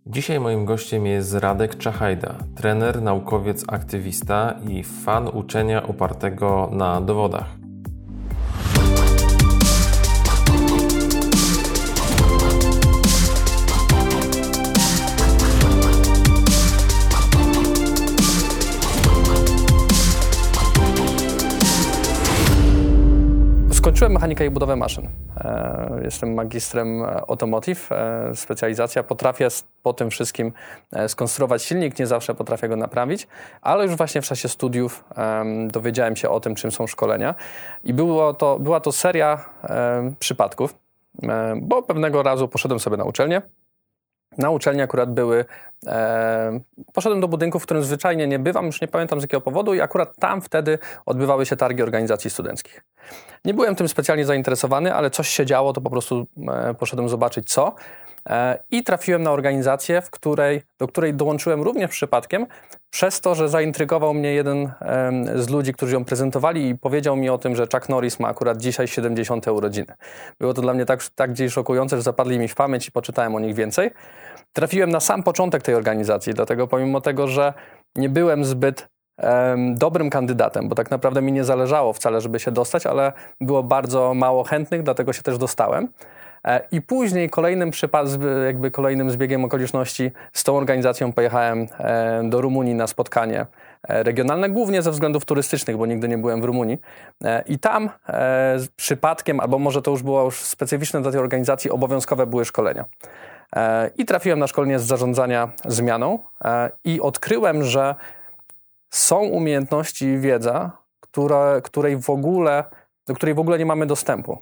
Dzisiaj moim gościem jest Radek Czachajda, trener, naukowiec, aktywista i fan uczenia opartego na dowodach. Skończyłem mechanikę i budowę maszyn. Jestem magistrem automotive, specjalizacja. Potrafię po tym wszystkim skonstruować silnik, nie zawsze potrafię go naprawić, ale już właśnie w czasie studiów dowiedziałem się o tym, czym są szkolenia. I była to seria przypadków, bo pewnego razu poszedłem sobie na uczelnię. Na uczelni akurat poszedłem do budynku, w którym zwyczajnie nie bywam, już nie pamiętam z jakiego powodu i akurat tam wtedy odbywały się targi organizacji studenckich. Nie byłem tym specjalnie zainteresowany, ale coś się działo, to po prostu poszedłem zobaczyć co i trafiłem na organizację, do której dołączyłem również przypadkiem, przez to, że zaintrygował mnie jeden z ludzi, którzy ją prezentowali i powiedział mi o tym, że Chuck Norris ma akurat dzisiaj 70. urodziny. Było to dla mnie tak gdzieś szokujące, że zapadli mi w pamięć i poczytałem o nich więcej. Trafiłem na sam początek tej organizacji, dlatego pomimo tego, że nie byłem zbyt dobrym kandydatem, bo tak naprawdę mi nie zależało wcale, żeby się dostać, ale było bardzo mało chętnych, dlatego się też dostałem. I później kolejnym zbiegiem okoliczności z tą organizacją pojechałem do Rumunii na spotkanie regionalne, głównie ze względów turystycznych, bo nigdy nie byłem w Rumunii. I tam przypadkiem, albo może to już było specyficzne dla tej organizacji, obowiązkowe były szkolenia. I trafiłem na szkolenie z zarządzania zmianą i odkryłem, że są umiejętności i wiedza, do której w ogóle nie mamy dostępu.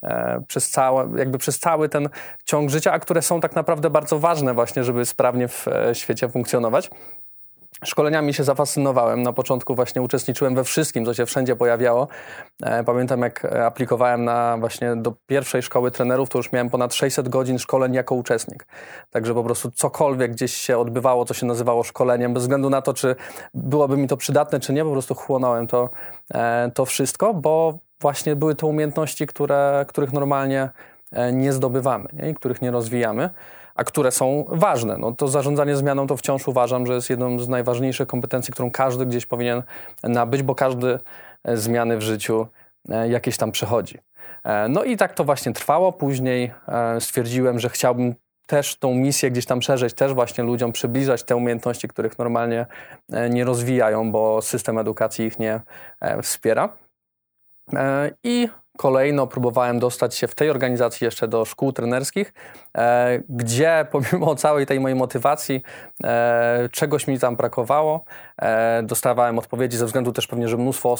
Przez cały ten ciąg życia, a które są tak naprawdę bardzo ważne właśnie, żeby sprawnie w świecie funkcjonować. Szkoleniami się zafascynowałem. Na początku właśnie uczestniczyłem we wszystkim, co się wszędzie pojawiało. Pamiętam, jak aplikowałem właśnie do pierwszej szkoły trenerów, to już miałem ponad 600 godzin szkoleń jako uczestnik. Także po prostu cokolwiek gdzieś się odbywało, co się nazywało szkoleniem, bez względu na to, czy byłoby mi to przydatne, czy nie, po prostu chłonąłem to wszystko, bo właśnie były to umiejętności, których normalnie nie zdobywamy, nie? I których nie rozwijamy, a które są ważne. No to zarządzanie zmianą to wciąż uważam, że jest jedną z najważniejszych kompetencji, którą każdy gdzieś powinien nabyć, bo każdy zmiany w życiu jakieś tam przechodzi. No i tak to właśnie trwało. Później stwierdziłem, że chciałbym też tą misję gdzieś tam przeżyć, też właśnie ludziom przybliżać te umiejętności, których normalnie nie rozwijają, bo system edukacji ich nie wspiera. I kolejno próbowałem dostać się w tej organizacji jeszcze do szkół trenerskich, gdzie pomimo całej tej mojej motywacji czegoś mi tam brakowało. Dostawałem odpowiedzi ze względu też pewnie, że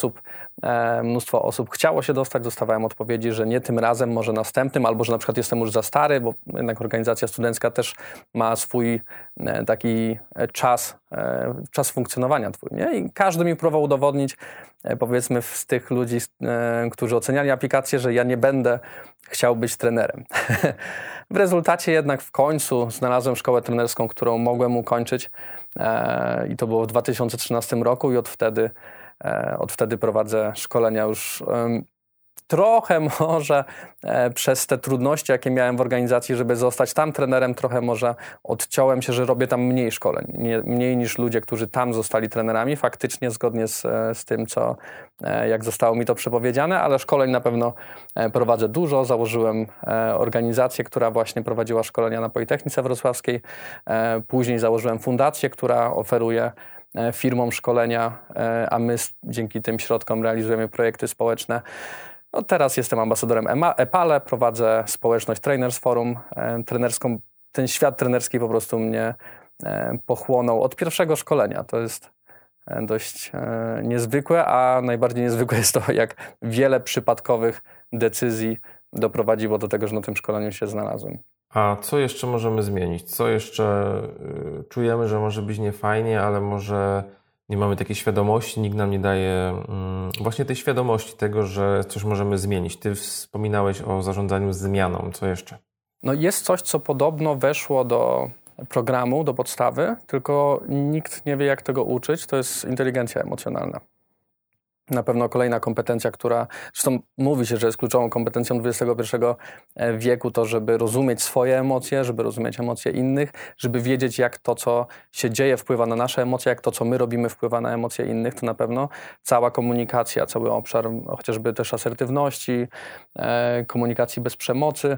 mnóstwo osób chciało się dostać. Dostawałem odpowiedzi, że nie tym razem, może następnym, albo że na przykład jestem już za stary, bo jednak organizacja studencka też ma swój taki czas funkcjonowania twój, nie? I każdy mi próbował udowodnić, powiedzmy z tych ludzi, którzy oceniali aplikację, że ja nie będę chciał być trenerem. W rezultacie jednak w końcu znalazłem szkołę trenerską, którą mogłem ukończyć i to było w 2013 roku i od wtedy prowadzę szkolenia już trochę może przez te trudności, jakie miałem w organizacji, żeby zostać tam trenerem, trochę może odciąłem się, że robię tam mniej szkoleń. Mniej niż ludzie, którzy tam zostali trenerami, faktycznie zgodnie z tym, jak zostało mi to przepowiedziane, ale szkoleń na pewno prowadzę dużo. Założyłem organizację, która właśnie prowadziła szkolenia na Politechnice Wrocławskiej. Później założyłem fundację, która oferuje firmom szkolenia, a my dzięki tym środkom realizujemy projekty społeczne. No teraz jestem ambasadorem EPALE, prowadzę społeczność Trainers Forum trenerską. Ten świat trenerski po prostu mnie pochłonął od pierwszego szkolenia. To jest dość niezwykłe, a najbardziej niezwykłe jest to, jak wiele przypadkowych decyzji doprowadziło do tego, że na tym szkoleniu się znalazłem. A co jeszcze możemy zmienić? Co jeszcze czujemy, że może być niefajnie, ale może nie mamy takiej świadomości, nikt nam nie daje właśnie tej świadomości tego, że coś możemy zmienić. Ty wspominałeś o zarządzaniu zmianą. Co jeszcze? No jest coś, co podobno weszło do programu, do podstawy, tylko nikt nie wie, jak tego uczyć. To jest inteligencja emocjonalna. Na pewno kolejna kompetencja, która, zresztą mówi się, że jest kluczową kompetencją XXI wieku, to żeby rozumieć swoje emocje, żeby rozumieć emocje innych, żeby wiedzieć, jak to, co się dzieje, wpływa na nasze emocje, jak to, co my robimy, wpływa na emocje innych. To na pewno cała komunikacja, cały obszar chociażby też asertywności, komunikacji bez przemocy.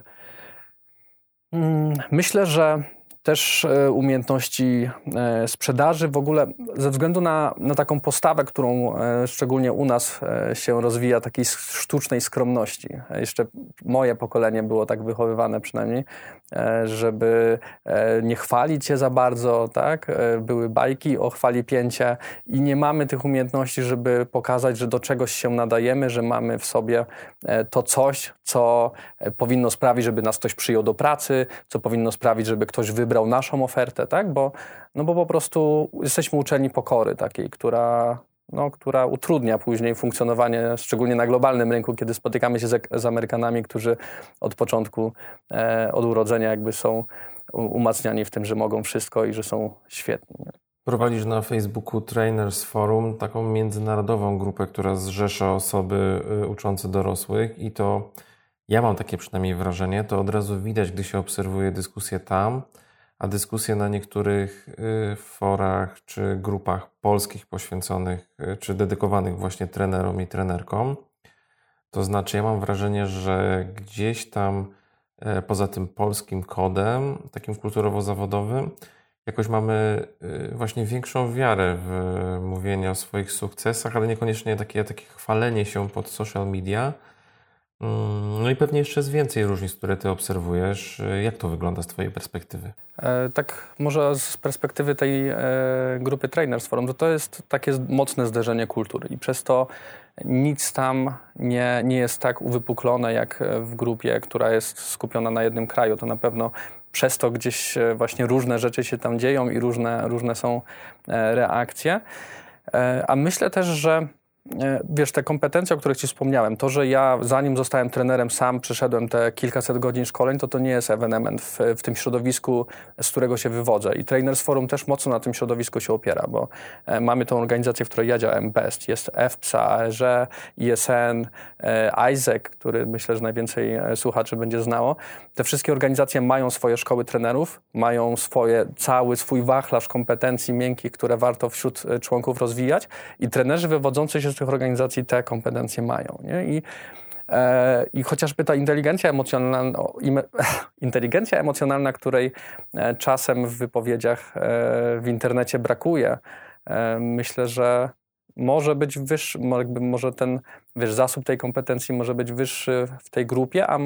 Myślę, że też umiejętności sprzedaży w ogóle ze względu na taką postawę, którą szczególnie u nas się rozwija, takiej sztucznej skromności. Jeszcze moje pokolenie było tak wychowywane przynajmniej, żeby nie chwalić się za bardzo, tak? Były bajki o chwalipięcie i nie mamy tych umiejętności, żeby pokazać, że do czegoś się nadajemy, że mamy w sobie to coś, co powinno sprawić, żeby nas ktoś przyjął do pracy, co powinno sprawić, żeby ktoś wybrał naszą ofertę, tak? Bo po prostu jesteśmy uczeni pokory takiej, która utrudnia później funkcjonowanie, szczególnie na globalnym rynku, kiedy spotykamy się z Amerykanami, którzy od początku, od urodzenia jakby są umacniani w tym, że mogą wszystko i że są świetni. Nie? Prowadzisz na Facebooku Trainers Forum, taką międzynarodową grupę, która zrzesza osoby uczące dorosłych i to ja mam takie przynajmniej wrażenie, to od razu widać, gdy się obserwuje dyskusje tam, a dyskusje na niektórych forach czy grupach polskich poświęconych czy dedykowanych właśnie trenerom i trenerkom. To znaczy ja mam wrażenie, że gdzieś tam poza tym polskim kodem, takim kulturowo-zawodowym, jakoś mamy właśnie większą wiarę w mówienie o swoich sukcesach, ale niekoniecznie takie chwalenie się pod social media. No i pewnie jeszcze jest więcej różnic, które ty obserwujesz. Jak to wygląda z twojej perspektywy? Tak, może z perspektywy tej grupy Trainers Forum, to jest takie mocne zderzenie kultur i przez to nic tam nie jest tak uwypuklone jak w grupie, która jest skupiona na jednym kraju. To na pewno przez to gdzieś właśnie różne rzeczy się tam dzieją i różne są reakcje. A myślę też, że wiesz, te kompetencje, o których ci wspomniałem, to, że ja zanim zostałem trenerem sam przeszedłem te kilkaset godzin szkoleń, to nie jest ewenement w tym środowisku, z którego się wywodzę. I Trainers Forum też mocno na tym środowisku się opiera, bo mamy tą organizację, w której ja działałem, BEST. Jest EFPSA, AEŻ, ISN, ISEC, który myślę, że najwięcej słuchaczy będzie znało. Te wszystkie organizacje mają swoje szkoły trenerów, mają cały swój wachlarz kompetencji miękkich, które warto wśród członków rozwijać i trenerzy wywodzący się z tych organizacji te kompetencje mają. Nie? I chociażby ta inteligencja emocjonalna, której czasem w wypowiedziach w internecie brakuje, myślę, że może być wyższy, może ten zasób tej kompetencji może być wyższy w tej grupie, a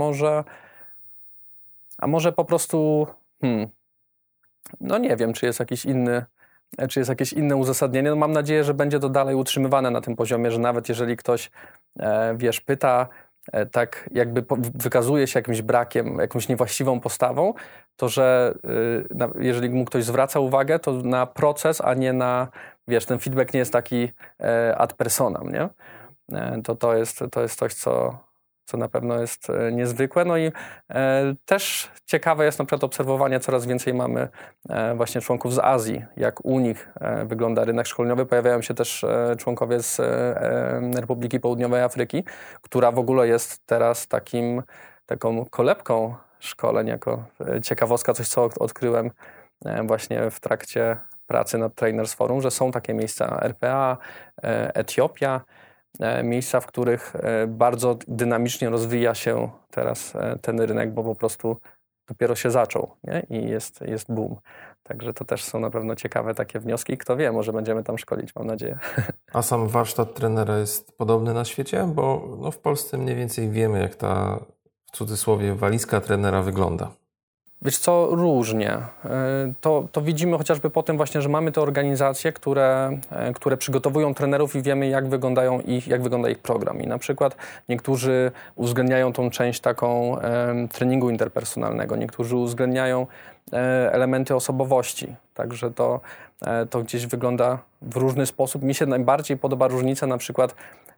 może po prostu no nie wiem, czy jest jakieś inne uzasadnienie. No mam nadzieję, że będzie to dalej utrzymywane na tym poziomie, że nawet jeżeli ktoś, pyta, tak jakby wykazuje się jakimś brakiem, jakąś niewłaściwą postawą, to że jeżeli mu ktoś zwraca uwagę, to na proces, a nie na, ten feedback nie jest taki ad personam, nie? To jest coś, co na pewno jest niezwykłe. No i też ciekawe jest na przykład obserwowanie, coraz więcej mamy właśnie członków z Azji, jak u nich wygląda rynek szkoleniowy. Pojawiają się też członkowie z Republiki Południowej Afryki, która w ogóle jest teraz taką kolebką szkoleń, jako ciekawostka, coś co odkryłem właśnie w trakcie pracy nad Trainers Forum, że są takie miejsca RPA, Etiopia, miejsca, w których bardzo dynamicznie rozwija się teraz ten rynek, bo po prostu dopiero się zaczął, nie? I jest boom. Także to też są na pewno ciekawe takie wnioski. Kto wie, może będziemy tam szkolić, mam nadzieję. A sam warsztat trenera jest podobny na świecie? Bo w Polsce mniej więcej wiemy, jak ta, w cudzysłowie, walizka trenera wygląda. Wiesz co, różnie. To widzimy chociażby po tym właśnie, że mamy te organizacje, które przygotowują trenerów i wiemy, jak wygląda ich program. I na przykład niektórzy uwzględniają tą część taką treningu interpersonalnego, niektórzy uwzględniają elementy osobowości. Także to gdzieś wygląda w różny sposób. Mi się najbardziej podoba różnica na przykład,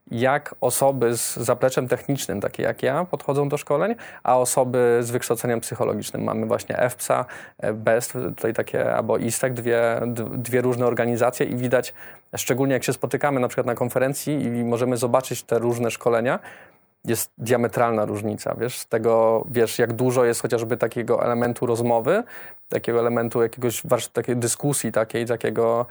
jak osoby z zapleczem technicznym, takie jak ja, podchodzą do szkoleń, a osoby z wykształceniem psychologicznym. Mamy właśnie EFPSA, BEST, tutaj takie, albo ISTEC, dwie różne organizacje i widać, szczególnie jak się spotykamy na przykład na konferencji i możemy zobaczyć te różne szkolenia, jest diametralna różnica, wiesz, tego, wiesz, jak dużo jest chociażby takiego elementu rozmowy, takiego elementu jakiegoś takiej dyskusji, takiego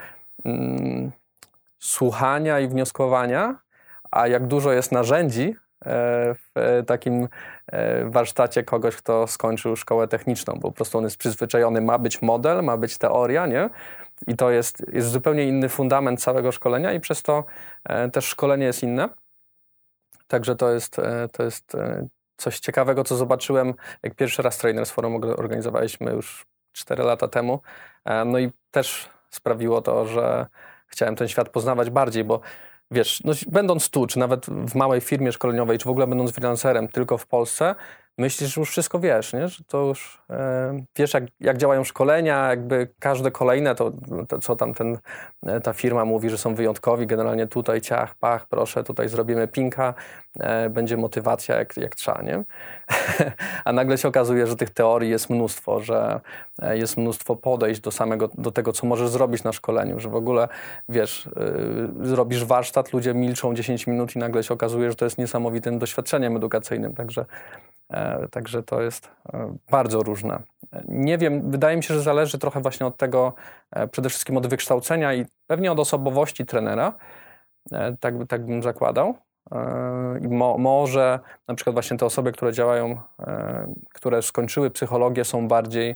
słuchania i wnioskowania, a jak dużo jest narzędzi w takim warsztacie kogoś, kto skończył szkołę techniczną, bo po prostu on jest przyzwyczajony, ma być model, ma być teoria, nie? I to jest zupełnie inny fundament całego szkolenia i przez to też szkolenie jest inne. Także to jest coś ciekawego, co zobaczyłem, jak pierwszy raz Trainers Forum organizowaliśmy już 4 lata temu. No i też sprawiło to, że chciałem ten świat poznawać bardziej, bo wiesz, no, będąc tu, czy nawet w małej firmie szkoleniowej, czy w ogóle będąc freelancerem tylko w Polsce, myślisz, że już wszystko wiesz, nie? Że to już wiesz, jak działają szkolenia, jakby każde kolejne, to co tam ta firma mówi, że są wyjątkowi, generalnie tutaj ciach, pach, proszę, tutaj zrobimy pinka, będzie motywacja jak trzeba, nie? A nagle się okazuje, że tych teorii jest mnóstwo, że jest mnóstwo podejść do tego, co możesz zrobić na szkoleniu, że w ogóle, wiesz, zrobisz warsztat, ludzie milczą 10 minut i nagle się okazuje, że to jest niesamowitym doświadczeniem edukacyjnym, Także to jest bardzo różne. Nie wiem, wydaje mi się, że zależy trochę właśnie od tego, przede wszystkim od wykształcenia i pewnie od osobowości trenera. Tak bym zakładał. I może na przykład właśnie te osoby, które działają, które skończyły psychologię, są bardziej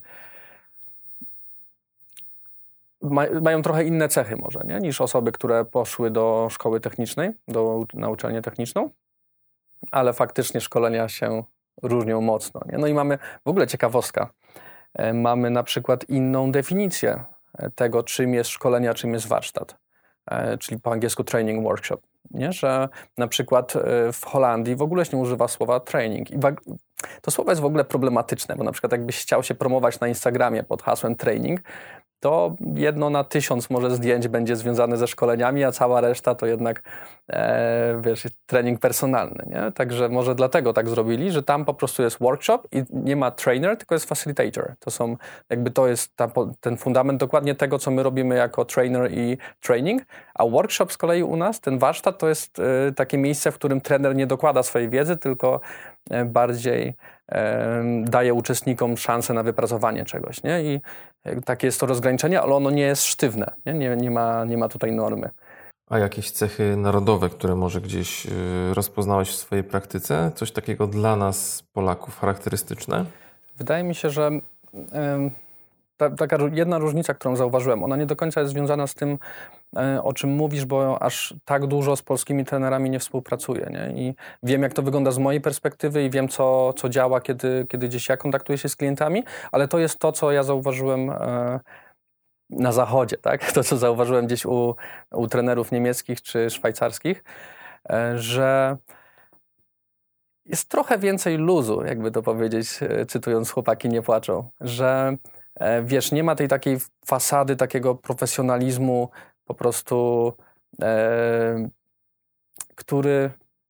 mają trochę inne cechy może, nie? Niż osoby, które poszły do szkoły technicznej, na uczelnię techniczną, ale faktycznie szkolenia się różnią mocno. Nie? No i mamy w ogóle ciekawostka. Mamy na przykład inną definicję tego, czym jest szkolenie, a czym jest warsztat. Czyli po angielsku training workshop. Nie? Że na przykład w Holandii w ogóle się nie używa słowa training. I to słowo jest w ogóle problematyczne, bo na przykład jakbyś chciał się promować na Instagramie pod hasłem training, to 1 na 1000 może zdjęć będzie związane ze szkoleniami, a cała reszta to jednak wiesz, trening personalny. Nie? Także może dlatego tak zrobili, że tam po prostu jest workshop i nie ma trainer, tylko jest facilitator. To jest ten fundament dokładnie tego, co my robimy jako trainer i training, a workshop z kolei u nas, ten warsztat, to jest takie miejsce, w którym trener nie dokłada swojej wiedzy, tylko bardziej daje uczestnikom szansę na wypracowanie czegoś. Nie? I takie jest to rozgraniczenie, ale ono nie jest sztywne. Nie ma tutaj normy. A jakieś cechy narodowe, które może gdzieś rozpoznałeś w swojej praktyce? Coś takiego dla nas, Polaków, charakterystyczne? Wydaje mi się, że taka jedna różnica, którą zauważyłem, ona nie do końca jest związana z tym, o czym mówisz, bo aż tak dużo z polskimi trenerami nie współpracuję. Nie? I wiem, jak to wygląda z mojej perspektywy i wiem, co działa, kiedy gdzieś ja kontaktuję się z klientami, ale to jest to, co ja zauważyłem na zachodzie, tak? To, co zauważyłem gdzieś u trenerów niemieckich czy szwajcarskich, że jest trochę więcej luzu, jakby to powiedzieć, cytując "Chłopaki nie płaczą", że wiesz, nie ma tej takiej fasady, takiego profesjonalizmu po prostu, który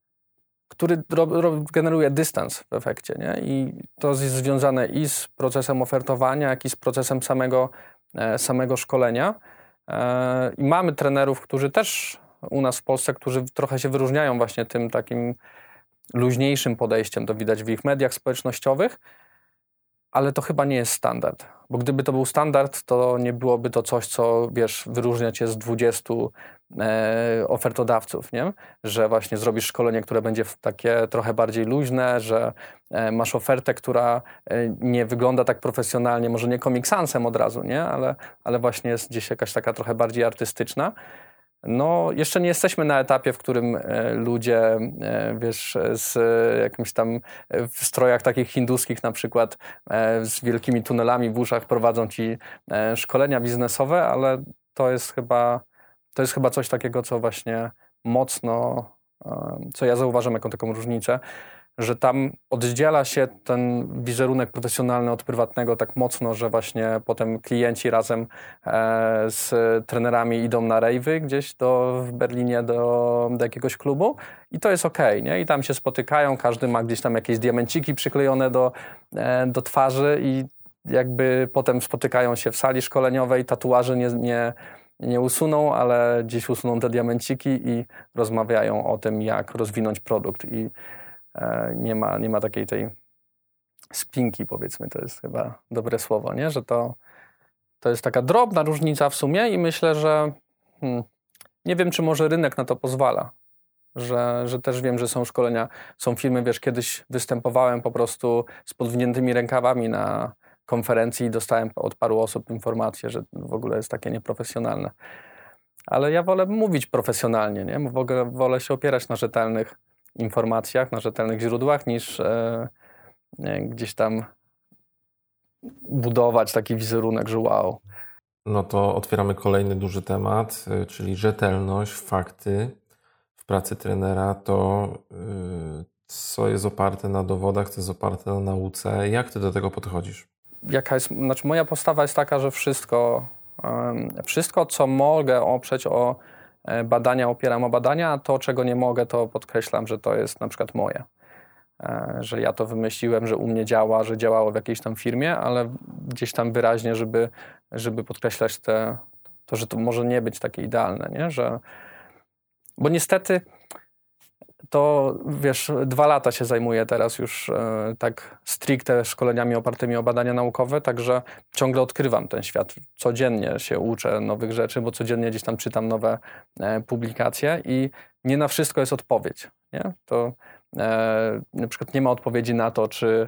generuje dystans w efekcie, nie? I to jest związane i z procesem ofertowania, jak i z procesem samego szkolenia. I mamy trenerów, którzy też u nas w Polsce, którzy trochę się wyróżniają właśnie tym takim luźniejszym podejściem, to widać w ich mediach społecznościowych, ale to chyba nie jest standard. Bo gdyby to był standard, to nie byłoby to coś, co, wiesz, wyróżnia cię z 20 ofertodawców, nie? Że właśnie zrobisz szkolenie, które będzie takie trochę bardziej luźne, że masz ofertę, która nie wygląda tak profesjonalnie, może nie Comic Sansem od razu, nie? Ale właśnie jest gdzieś jakaś taka trochę bardziej artystyczna. No, jeszcze nie jesteśmy na etapie, w którym ludzie, wiesz, z jakimś tam w strojach takich hinduskich na przykład, z wielkimi tunelami w uszach prowadzą ci szkolenia biznesowe, ale to jest chyba coś takiego, co właśnie mocno, co ja zauważam jako taką różnicę. że tam oddziela się ten wizerunek profesjonalny od prywatnego tak mocno, że właśnie potem klienci razem z trenerami idą na rejwy gdzieś w Berlinie do jakiegoś klubu i to jest okej, nie? I tam się spotykają, każdy ma gdzieś tam jakieś diamenciki przyklejone do twarzy i jakby potem spotykają się w sali szkoleniowej, tatuaże nie usuną, ale gdzieś usuną te diamenciki i rozmawiają o tym, jak rozwinąć produkt i nie ma takiej tej spinki, powiedzmy, to jest chyba dobre słowo, nie? Że to jest taka drobna różnica w sumie i myślę, że nie wiem, czy może rynek na to pozwala, że też wiem, że są szkolenia, są firmy, wiesz, kiedyś występowałem po prostu z podwiniętymi rękawami na konferencji i dostałem od paru osób informację, że w ogóle jest takie nieprofesjonalne. Ale ja wolę mówić profesjonalnie, nie? W ogóle wolę się opierać na rzetelnych informacjach, na rzetelnych źródłach, niż gdzieś tam budować taki wizerunek, że wow. No to otwieramy kolejny duży temat, czyli rzetelność, fakty w pracy trenera. To co jest oparte na dowodach, co jest oparte na nauce. Jak ty do tego podchodzisz? Znaczy moja postawa jest taka, że wszystko, co mogę oprzeć o badania, opieram o badania, a to, czego nie mogę, to podkreślam, że to jest na przykład moje. Że ja to wymyśliłem, że u mnie działa, że działało w jakiejś tam firmie, ale gdzieś tam wyraźnie, żeby podkreślać to, że to może nie być takie idealne, nie? Bo niestety to, wiesz, 2 lata się zajmuję teraz już tak stricte szkoleniami opartymi o badania naukowe, także ciągle odkrywam ten świat. Codziennie się uczę nowych rzeczy, bo codziennie gdzieś tam czytam nowe publikacje i nie na wszystko jest odpowiedź, nie? To na przykład nie ma odpowiedzi na to, czy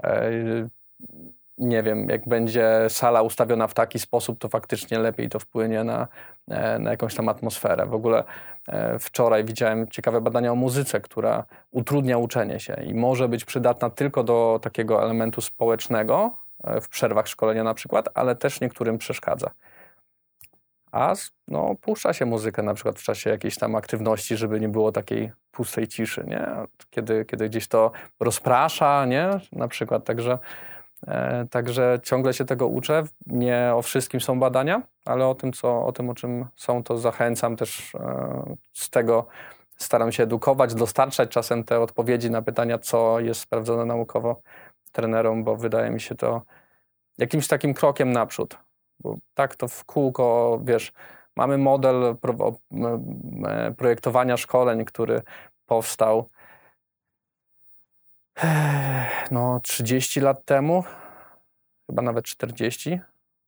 nie wiem, jak będzie sala ustawiona w taki sposób, to faktycznie lepiej to wpłynie na jakąś tam atmosferę. W ogóle wczoraj widziałem ciekawe badania o muzyce, która utrudnia uczenie się i może być przydatna tylko do takiego elementu społecznego, w przerwach szkolenia na przykład, ale też niektórym przeszkadza. A puszcza się muzykę na przykład w czasie jakiejś tam aktywności, żeby nie było takiej pustej ciszy, nie? Kiedy gdzieś to rozprasza, nie? Na przykład, także ciągle się tego uczę. Nie o wszystkim są badania, ale o tym, o czym są, to zachęcam też z tego. Staram się edukować, dostarczać czasem te odpowiedzi na pytania, co jest sprawdzone naukowo trenerom, bo wydaje mi się to jakimś takim krokiem naprzód. Bo tak to w kółko, wiesz, mamy model projektowania szkoleń, powstał 30 lat temu, chyba nawet 40,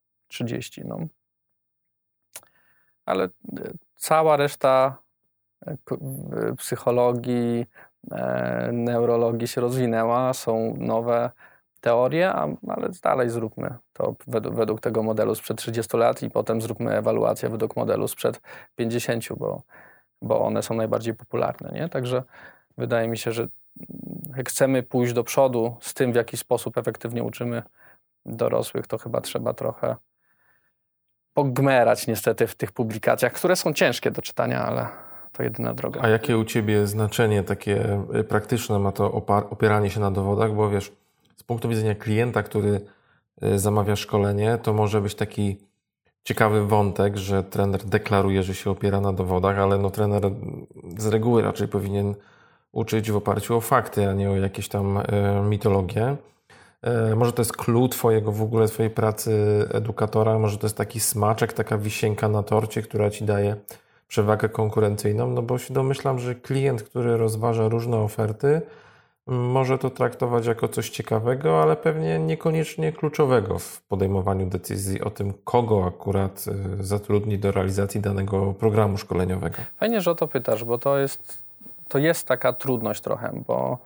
Ale cała reszta psychologii, neurologii się rozwinęła, są nowe teorie, ale dalej zróbmy to według tego modelu sprzed 30 lat i potem zróbmy ewaluację według modelu sprzed 50, bo one są najbardziej popularne, nie? Także wydaje mi się, że jak chcemy pójść do przodu z tym, w jaki sposób efektywnie uczymy dorosłych, to chyba trzeba trochę pogmerać niestety w tych publikacjach, które są ciężkie do czytania, ale to jedyna droga. A jakie u ciebie znaczenie takie praktyczne ma to opieranie się na dowodach? Bo wiesz, z punktu widzenia klienta, który zamawia szkolenie, to może być taki ciekawy wątek, że trener deklaruje, że się opiera na dowodach, ale trener z reguły raczej powinien uczyć w oparciu o fakty, a nie o jakieś tam mitologię. Może to jest clue twojej pracy edukatora, może to jest taki smaczek, taka wisienka na torcie, która ci daje przewagę konkurencyjną, bo się domyślam, że klient, który rozważa różne oferty, może to traktować jako coś ciekawego, ale pewnie niekoniecznie kluczowego w podejmowaniu decyzji o tym, kogo akurat zatrudni do realizacji danego programu szkoleniowego. Fajnie, że o to pytasz, bo to jest taka trudność trochę, bo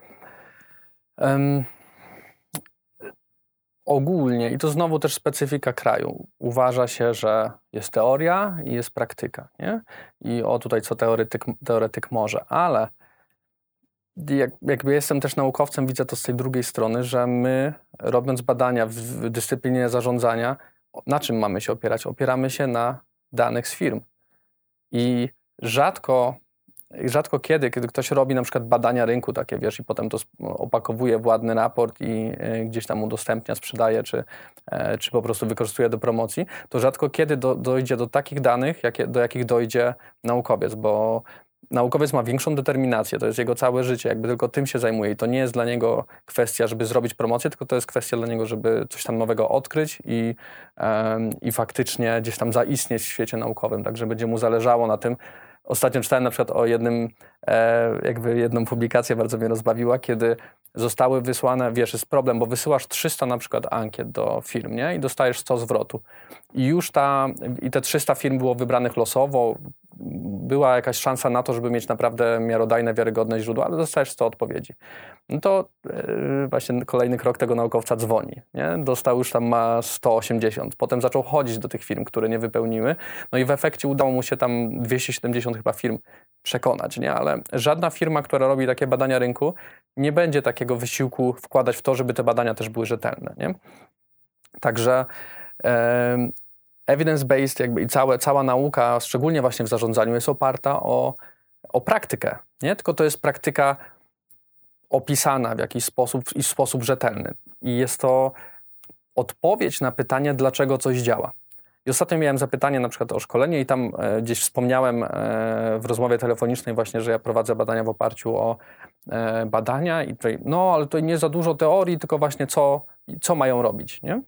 ogólnie, i to znowu też specyfika kraju, uważa się, że jest teoria i jest praktyka, nie? I tutaj co teoretyk może, ale jakby jestem też naukowcem, widzę to z tej drugiej strony, że my, robiąc badania w dyscyplinie zarządzania, na czym mamy się opierać? Opieramy się na danych z firm. I rzadko rzadko kiedy ktoś robi na przykład badania rynku takie, wiesz, i potem to opakowuje w ładny raport i gdzieś tam udostępnia, sprzedaje, czy po prostu wykorzystuje do promocji, to rzadko kiedy dojdzie do takich danych, do jakich dojdzie naukowiec, bo naukowiec ma większą determinację, to jest jego całe życie, jakby tylko tym się zajmuje i to nie jest dla niego kwestia, żeby zrobić promocję, tylko to jest kwestia dla niego, żeby coś tam nowego odkryć i faktycznie gdzieś tam zaistnieć w świecie naukowym, także będzie mu zależało na tym. Ostatnio czytałem na przykład o jedną publikację, bardzo mnie rozbawiła, kiedy zostały wysłane, wiesz, jest problem, bo wysyłasz 300 na przykład ankiet do firm, nie? I dostajesz 100 zwrotu. I już te 300 firm było wybranych losowo, była jakaś szansa na to, żeby mieć naprawdę miarodajne, wiarygodne źródła, ale dostajesz 100 odpowiedzi. No to właśnie kolejny krok tego naukowca dzwoni, nie? Dostał już tam ma 180. Potem zaczął chodzić do tych firm, które nie wypełniły. No i w efekcie udało mu się tam 270 chyba firm przekonać, nie? Ale żadna firma, która robi takie badania rynku, nie będzie takiego wysiłku wkładać w to, żeby te badania też były rzetelne, nie? Także evidence-based jakby i cała nauka, szczególnie właśnie w zarządzaniu, jest oparta o praktykę, nie? Tylko to jest praktyka opisana w jakiś sposób i w sposób rzetelny. I jest to odpowiedź na pytanie, dlaczego coś działa. I ostatnio miałem zapytanie na przykład o szkolenie i tam gdzieś wspomniałem w rozmowie telefonicznej właśnie, że ja prowadzę badania w oparciu o badania i tutaj, no ale to nie za dużo teorii, tylko właśnie co mają robić, nie?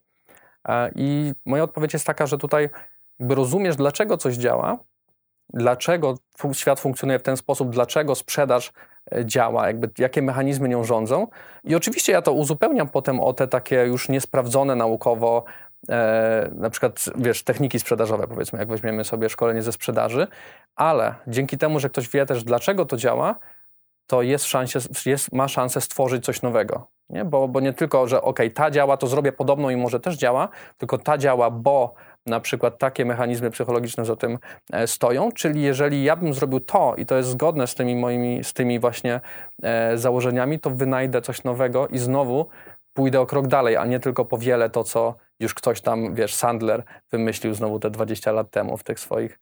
I moja odpowiedź jest taka, że tutaj jakby rozumiesz, dlaczego coś działa, dlaczego świat funkcjonuje w ten sposób, dlaczego sprzedaż działa, jakby jakie mechanizmy nią rządzą. I oczywiście ja to uzupełniam potem o te takie już niesprawdzone naukowo, na przykład, wiesz, techniki sprzedażowe, powiedzmy, jak weźmiemy sobie szkolenie ze sprzedaży, ale dzięki temu, że ktoś wie też, dlaczego to działa, to ma szansę stworzyć coś nowego. Nie? Bo nie tylko, że ta działa, to zrobię podobną i może też działa, tylko ta działa, bo na przykład takie mechanizmy psychologiczne za tym stoją, czyli jeżeli ja bym zrobił to i to jest zgodne z tymi właśnie założeniami, to wynajdę coś nowego i znowu pójdę o krok dalej, a nie tylko powielę to, co już ktoś tam, wiesz, Sandler wymyślił znowu te 20 lat temu w tych swoich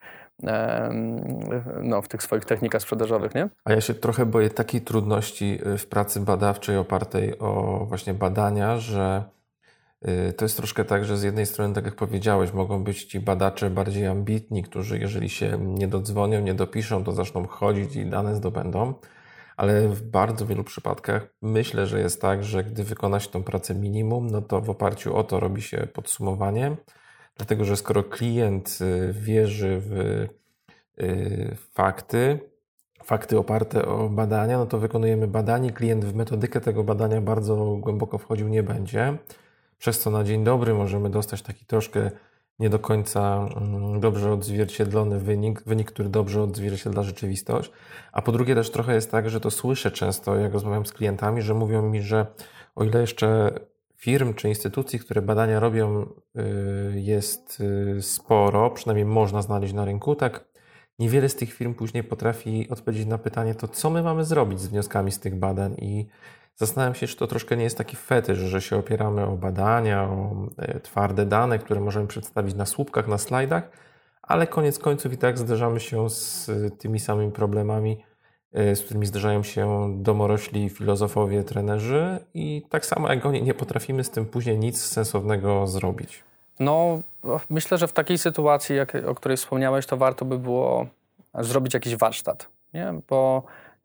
technikach sprzedażowych, nie? A ja się trochę boję takiej trudności w pracy badawczej opartej o właśnie badania, że to jest troszkę tak, że z jednej strony, tak jak powiedziałeś, mogą być ci badacze bardziej ambitni, którzy jeżeli się nie dodzwonią, nie dopiszą, to zaczną chodzić i dane zdobędą. Ale w bardzo wielu przypadkach myślę, że jest tak, że gdy wykona się tą pracę minimum, no to w oparciu o to robi się podsumowanie, dlatego że skoro klient wierzy w fakty oparte o badania, no to wykonujemy badanie, klient w metodykę tego badania bardzo głęboko wchodził nie będzie, przez co na dzień dobry możemy dostać taki troszkę nie do końca dobrze odzwierciedlony wynik, który dobrze odzwierciedla rzeczywistość. A po drugie też trochę jest tak, że to słyszę często, jak rozmawiam z klientami, że mówią mi, że o ile jeszcze firm czy instytucji, które badania robią, jest sporo, przynajmniej można znaleźć na rynku, tak niewiele z tych firm później potrafi odpowiedzieć na pytanie, to co my mamy zrobić z wnioskami z tych badań. I zastanawiam się, czy to troszkę nie jest taki fetysz, że się opieramy o badania, o twarde dane, które możemy przedstawić na słupkach, na slajdach, ale koniec końców i tak zderzamy się z tymi samymi problemami, z którymi zderzają się domorośli filozofowie, trenerzy i tak samo jak oni nie potrafimy z tym później nic sensownego zrobić. No, myślę, że w takiej sytuacji, o której wspomniałeś, to warto by było zrobić jakiś warsztat, nie? Bo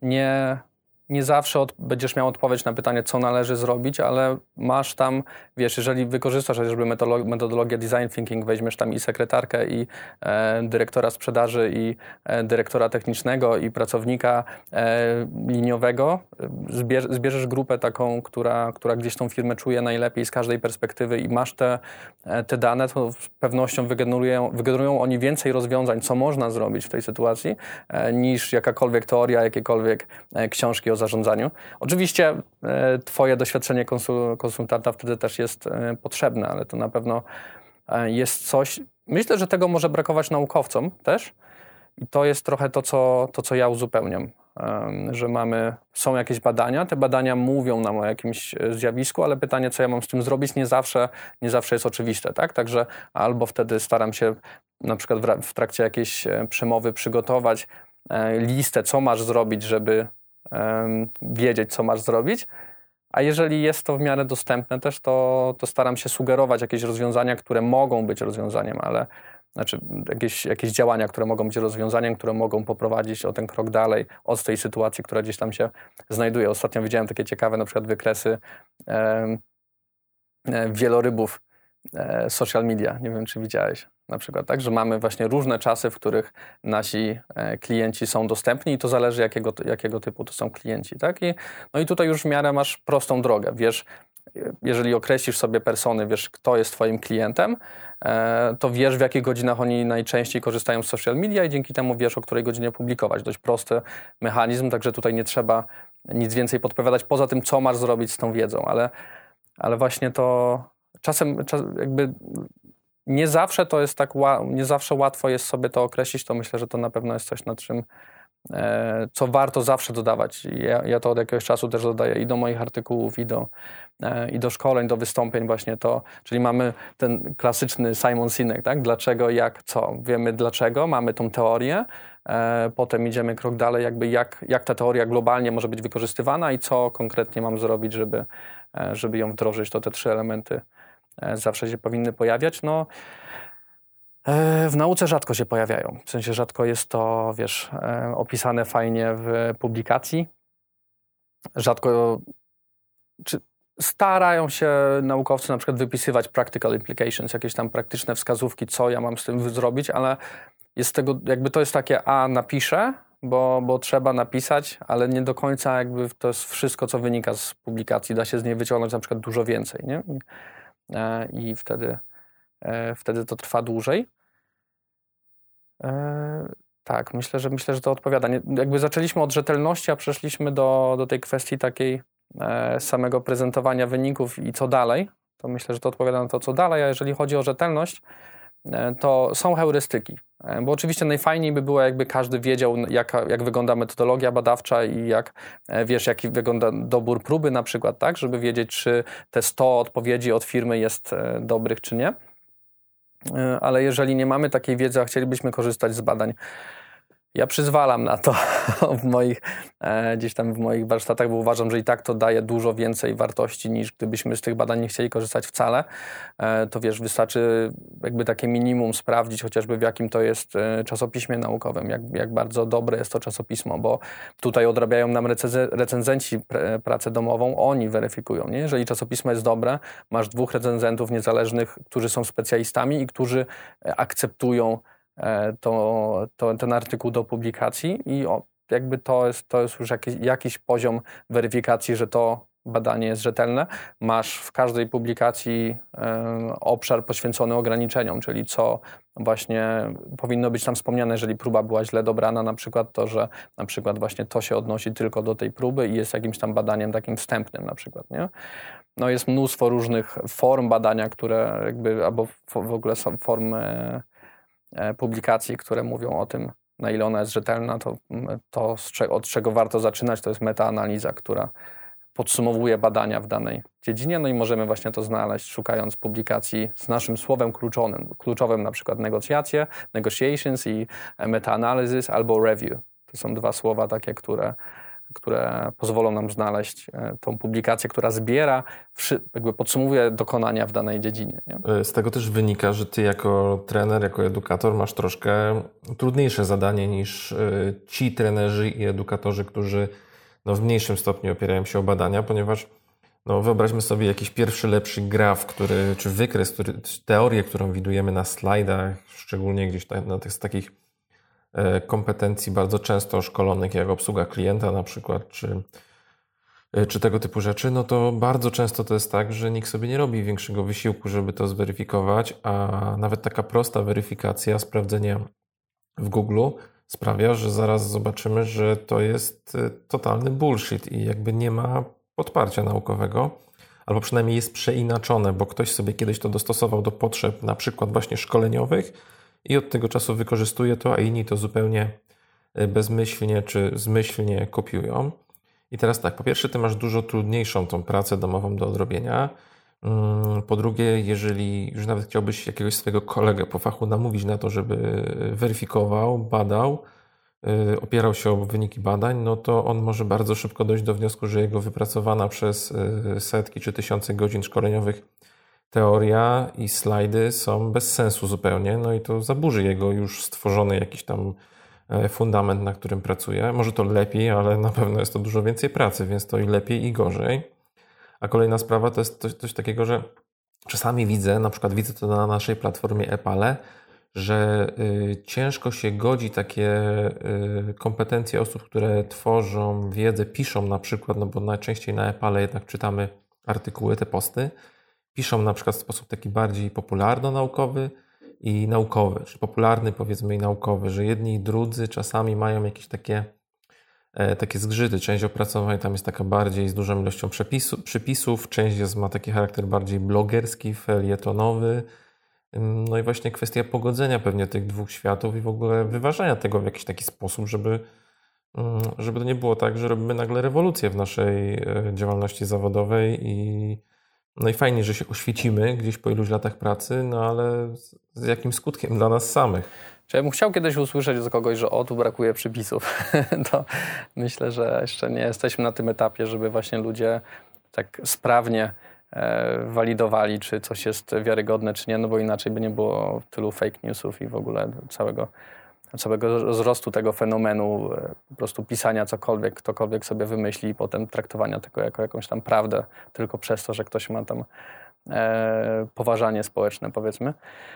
nie zawsze będziesz miał odpowiedź na pytanie, co należy zrobić, ale masz tam, wiesz, jeżeli wykorzystasz chociażby metodologię design thinking, weźmiesz tam i sekretarkę, i dyrektora sprzedaży, i dyrektora technicznego, i pracownika liniowego, zbierzesz grupę taką, która gdzieś tą firmę czuje najlepiej z każdej perspektywy i masz te dane, to z pewnością wygenerują oni więcej rozwiązań, co można zrobić w tej sytuacji, niż jakakolwiek teoria, jakiekolwiek książki o zarządzaniu. Oczywiście twoje doświadczenie konsultanta wtedy też jest potrzebne, ale to na pewno jest coś. Myślę, że tego może brakować naukowcom też i to jest trochę to, co ja uzupełniam, że są jakieś badania, te badania mówią nam o jakimś zjawisku, ale pytanie, co ja mam z tym zrobić, nie zawsze jest oczywiste, tak? Także albo wtedy staram się na przykład w trakcie jakiejś przemowy przygotować listę, co masz zrobić, żeby wiedzieć, co masz zrobić. A jeżeli jest to w miarę dostępne też, to staram się sugerować jakieś rozwiązania, które mogą być rozwiązaniem, ale znaczy jakieś działania, które mogą być rozwiązaniem, które mogą poprowadzić o ten krok dalej od tej sytuacji, która gdzieś tam się znajduje. Ostatnio widziałem takie ciekawe na przykład wykresy wielorybów social media. Nie wiem, czy widziałeś na przykład, tak, że mamy właśnie różne czasy, w których nasi klienci są dostępni i to zależy jakiego typu to są klienci, tak? I tutaj już w miarę masz prostą drogę. Wiesz, jeżeli określisz sobie persony, wiesz, kto jest twoim klientem, to wiesz, w jakich godzinach oni najczęściej korzystają z social media i dzięki temu wiesz, o której godzinie publikować. Dość prosty mechanizm, także tutaj nie trzeba nic więcej podpowiadać, poza tym, co masz zrobić z tą wiedzą, ale właśnie to czasem jakby nie zawsze to jest tak, nie zawsze łatwo jest sobie to określić, to myślę, że to na pewno jest coś, nad czym co warto zawsze dodawać. Ja to od jakiegoś czasu też dodaję i do moich artykułów, i do szkoleń, do wystąpień właśnie to, czyli mamy ten klasyczny Simon Sinek, tak? Dlaczego, jak, co. Wiemy dlaczego, mamy tą teorię, potem idziemy krok dalej, jakby jak ta teoria globalnie może być wykorzystywana i co konkretnie mam zrobić, żeby ją wdrożyć. To te 3 elementy zawsze się powinny pojawiać. No, w nauce rzadko się pojawiają. W sensie rzadko jest to, wiesz, opisane fajnie w publikacji. Rzadko, starają się naukowcy na przykład wypisywać practical implications, jakieś tam praktyczne wskazówki, co ja mam z tym zrobić, ale jest tego, jakby to jest takie, napiszę, bo trzeba napisać, ale nie do końca jakby to jest wszystko, co wynika z publikacji. Da się z niej wyciągnąć na przykład dużo więcej, nie? I wtedy to trwa dłużej. Tak, myślę, że to odpowiada. Jakby zaczęliśmy od rzetelności, a przeszliśmy do tej kwestii takiej samego prezentowania wyników i co dalej, to myślę, że to odpowiada na to, co dalej, a jeżeli chodzi o rzetelność, to są heurystyki, bo oczywiście najfajniej by było, jakby każdy wiedział, jak wygląda metodologia badawcza i jaki wygląda dobór próby na przykład, tak, żeby wiedzieć, czy te 100 odpowiedzi od firmy jest dobrych, czy nie. Ale jeżeli nie mamy takiej wiedzy, a chcielibyśmy korzystać z badań, ja przyzwalam na to gdzieś tam w moich warsztatach, bo uważam, że i tak to daje dużo więcej wartości, niż gdybyśmy z tych badań nie chcieli korzystać wcale. To wiesz, wystarczy jakby takie minimum sprawdzić, chociażby w jakim to jest czasopiśmie naukowym, jak bardzo dobre jest to czasopismo, bo tutaj odrabiają nam recenzenci pracę domową, oni weryfikują, nie? Jeżeli czasopismo jest dobre, masz 2 recenzentów niezależnych, którzy są specjalistami i którzy akceptują ten artykuł do publikacji i jakby to jest już jakiś poziom weryfikacji, że to badanie jest rzetelne. Masz w każdej publikacji obszar poświęcony ograniczeniom, czyli co właśnie powinno być tam wspomniane, jeżeli próba była źle dobrana, na przykład to, że na przykład właśnie to się odnosi tylko do tej próby i jest jakimś tam badaniem takim wstępnym na przykład, nie? No jest mnóstwo różnych form badania, które jakby, albo w ogóle są formy publikacji, które mówią o tym, na ile ona jest rzetelna, od czego warto zaczynać, to jest metaanaliza, która podsumowuje badania w danej dziedzinie, no i możemy właśnie to znaleźć, szukając publikacji z naszym słowem kluczowym, na przykład negocjacje, negotiations i meta-analysis albo review. To są 2 słowa takie, które pozwolą nam znaleźć tą publikację, która zbiera, jakby podsumowuje dokonania w danej dziedzinie. Nie? Z tego też wynika, że ty jako trener, jako edukator masz troszkę trudniejsze zadanie niż ci trenerzy i edukatorzy, którzy w mniejszym stopniu opierają się o badania, ponieważ wyobraźmy sobie jakiś pierwszy lepszy graf, czy wykres, teorię, którą widujemy na slajdach, szczególnie gdzieś na tych takich kompetencji bardzo często szkolonych, jak obsługa klienta na przykład, czy tego typu rzeczy, no to bardzo często to jest tak, że nikt sobie nie robi większego wysiłku, żeby to zweryfikować, a nawet taka prosta weryfikacja, sprawdzenie w Google sprawia, że zaraz zobaczymy, że to jest totalny bullshit i jakby nie ma podparcia naukowego, albo przynajmniej jest przeinaczone, bo ktoś sobie kiedyś to dostosował do potrzeb na przykład właśnie szkoleniowych i od tego czasu wykorzystuje to, a inni to zupełnie bezmyślnie czy zmyślnie kopiują. I teraz tak, po pierwsze ty masz dużo trudniejszą tą pracę domową do odrobienia. Po drugie, jeżeli już nawet chciałbyś jakiegoś swojego kolegę po fachu namówić na to, żeby weryfikował, badał, opierał się o wyniki badań, no to on może bardzo szybko dojść do wniosku, że jego wypracowana przez setki czy tysiące godzin szkoleniowych teoria i slajdy są bez sensu zupełnie, no i to zaburzy jego już stworzony jakiś tam fundament, na którym pracuje. Może to lepiej, ale na pewno jest to dużo więcej pracy, więc to i lepiej, i gorzej. A kolejna sprawa to jest coś takiego, że czasami widzę to na naszej platformie Epale, że ciężko się godzi takie kompetencje osób, które tworzą wiedzę, piszą na przykład, no bo najczęściej na Epale jednak czytamy artykuły, te posty, piszą na przykład w sposób taki bardziej popularno-naukowy i naukowy, czy popularny powiedzmy i naukowy, że jedni i drudzy czasami mają jakieś takie zgrzyty. Część opracowań tam jest taka bardziej z dużą ilością przypisów, część ma taki charakter bardziej blogerski, felietonowy. No i właśnie kwestia pogodzenia pewnie tych dwóch światów i w ogóle wyważania tego w jakiś taki sposób, żeby to nie było tak, że robimy nagle rewolucję w naszej działalności zawodowej no i fajnie, że się oświecimy gdzieś po iluś latach pracy, no ale z jakim skutkiem dla nas samych. Czy ja bym chciał kiedyś usłyszeć od kogoś, że tu brakuje przypisów. To myślę, że jeszcze nie jesteśmy na tym etapie, żeby właśnie ludzie tak sprawnie walidowali, czy coś jest wiarygodne, czy nie, no bo inaczej by nie było tylu fake newsów i w ogóle całego wzrostu tego fenomenu po prostu pisania cokolwiek, ktokolwiek sobie wymyśli i potem traktowania tego jako jakąś tam prawdę tylko przez to, że ktoś ma tam poważanie społeczne, powiedzmy.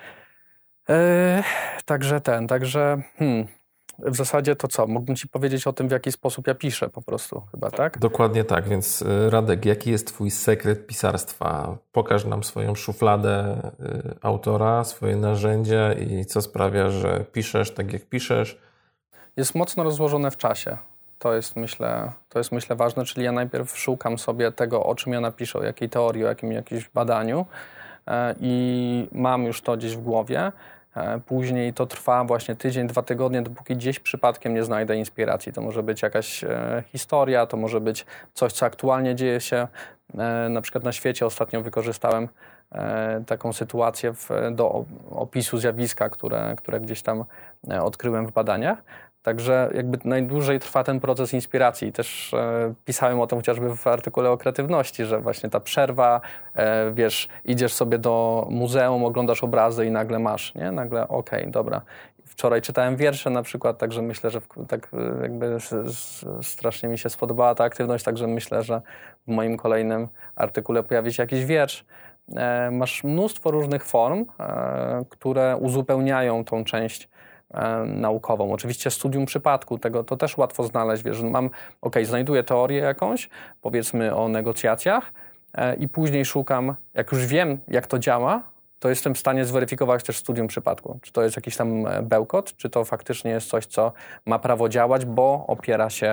Także w zasadzie to co? Mógłbym Ci powiedzieć o tym, w jaki sposób ja piszę po prostu chyba, tak? Dokładnie tak, więc Radek, jaki jest Twój sekret pisarstwa? Pokaż nam swoją szufladę autora, swoje narzędzia i co sprawia, że piszesz tak, jak piszesz. Jest mocno rozłożone w czasie. To jest myślę ważne, czyli ja najpierw szukam sobie tego, o czym ja napiszę, o jakiej teorii, o jakimś badaniu i mam już to gdzieś w głowie. Później to trwa właśnie tydzień, 2 tygodnie, dopóki gdzieś przypadkiem nie znajdę inspiracji. To może być jakaś historia, to może być coś, co aktualnie dzieje się. Na przykład na świecie ostatnio wykorzystałem taką sytuację do opisu zjawiska, które gdzieś tam odkryłem w badaniach. Także jakby najdłużej trwa ten proces inspiracji. Też pisałem o tym chociażby w artykule o kreatywności, że właśnie ta przerwa, wiesz, idziesz sobie do muzeum, oglądasz obrazy i nagle masz, nie? Nagle okej, dobra. Wczoraj czytałem wiersze na przykład, także myślę, że tak jakby strasznie mi się spodobała ta aktywność, także myślę, że w moim kolejnym artykule pojawi się jakiś wiersz. Masz mnóstwo różnych form, które uzupełniają tą część naukową. Oczywiście studium przypadku, tego to też łatwo znaleźć. Wiesz, znajduję teorię jakąś, powiedzmy o negocjacjach i później szukam, jak już wiem, jak to działa, to jestem w stanie zweryfikować też studium przypadku. Czy to jest jakiś tam bełkot, czy to faktycznie jest coś, co ma prawo działać, bo opiera się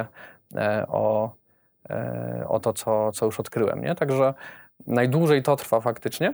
o to, co już odkryłem. Nie? Także najdłużej to trwa faktycznie.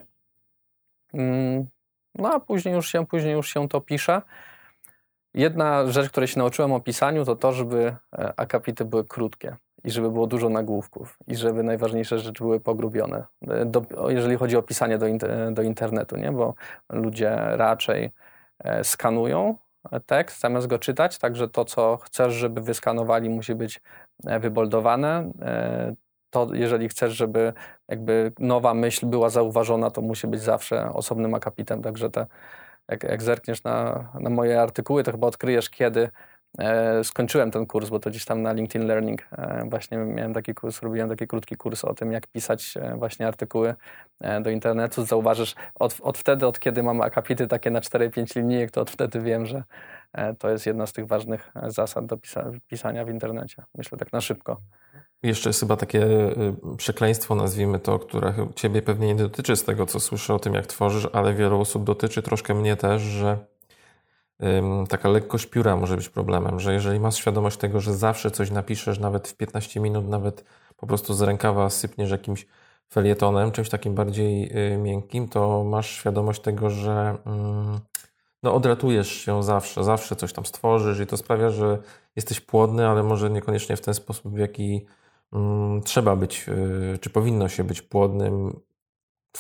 No a później już się to pisze. Jedna rzecz, której się nauczyłem o pisaniu, to żeby akapity były krótkie i żeby było dużo nagłówków i żeby najważniejsze rzeczy były pogrubione. Jeżeli chodzi o pisanie do internetu, nie? Bo ludzie raczej skanują tekst zamiast go czytać, także to, co chcesz, żeby wyskanowali, musi być wyboldowane. To jeżeli chcesz, żeby jakby nowa myśl była zauważona, to musi być zawsze osobnym akapitem, także jak zerkniesz na moje artykuły, to chyba odkryjesz, kiedy skończyłem ten kurs, bo to gdzieś tam na LinkedIn Learning właśnie miałem taki kurs, robiłem taki krótki kurs o tym, jak pisać właśnie artykuły do internetu. Zauważysz, od kiedy mam akapity takie na 4-5 linijek, to od wtedy wiem, że to jest jedna z tych ważnych zasad do pisania w internecie. Myślę tak na szybko. Jeszcze jest chyba takie przekleństwo, nazwijmy to, które Ciebie pewnie nie dotyczy z tego, co słyszę o tym, jak tworzysz, ale wielu osób dotyczy, troszkę mnie też, że taka lekkość pióra może być problemem, że jeżeli masz świadomość tego, że zawsze coś napiszesz, nawet w 15 minut, nawet po prostu z rękawa sypniesz jakimś felietonem, czymś takim bardziej miękkim, to masz świadomość tego, że odratujesz się zawsze coś tam stworzysz i to sprawia, że jesteś płodny, ale może niekoniecznie w ten sposób, w jaki trzeba być, czy powinno się być płodnym,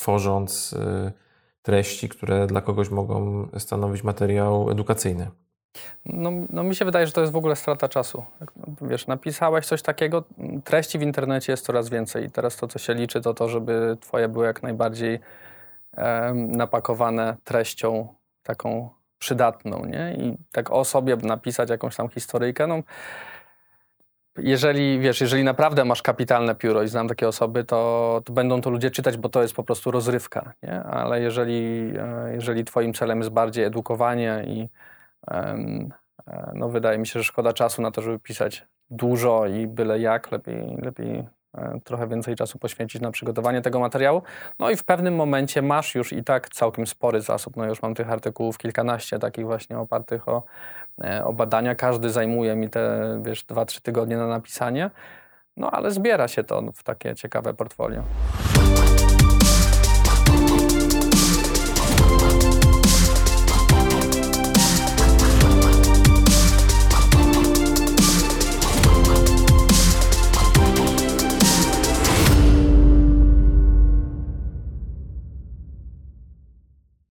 tworząc treści, które dla kogoś mogą stanowić materiał edukacyjny. No mi się wydaje, że to jest w ogóle strata czasu. Wiesz, napisałeś coś takiego, treści w internecie jest coraz więcej i teraz to, co się liczy, to to, żeby twoje były jak najbardziej napakowane treścią taką przydatną, nie? I tak o sobie napisać jakąś tam historyjkę, no jeżeli naprawdę masz kapitalne pióro i znam takie osoby, to będą to ludzie czytać, bo to jest po prostu rozrywka, nie? Ale jeżeli twoim celem jest bardziej edukowanie i no wydaje mi się, że szkoda czasu na to, żeby pisać dużo i byle jak, lepiej trochę więcej czasu poświęcić na przygotowanie tego materiału. No i w pewnym momencie masz już i tak całkiem spory zasób. No już mam tych artykułów kilkanaście, takich właśnie opartych o badania. Każdy zajmuje mi te, 2-3 tygodnie na napisanie. No ale zbiera się to w takie ciekawe portfolio.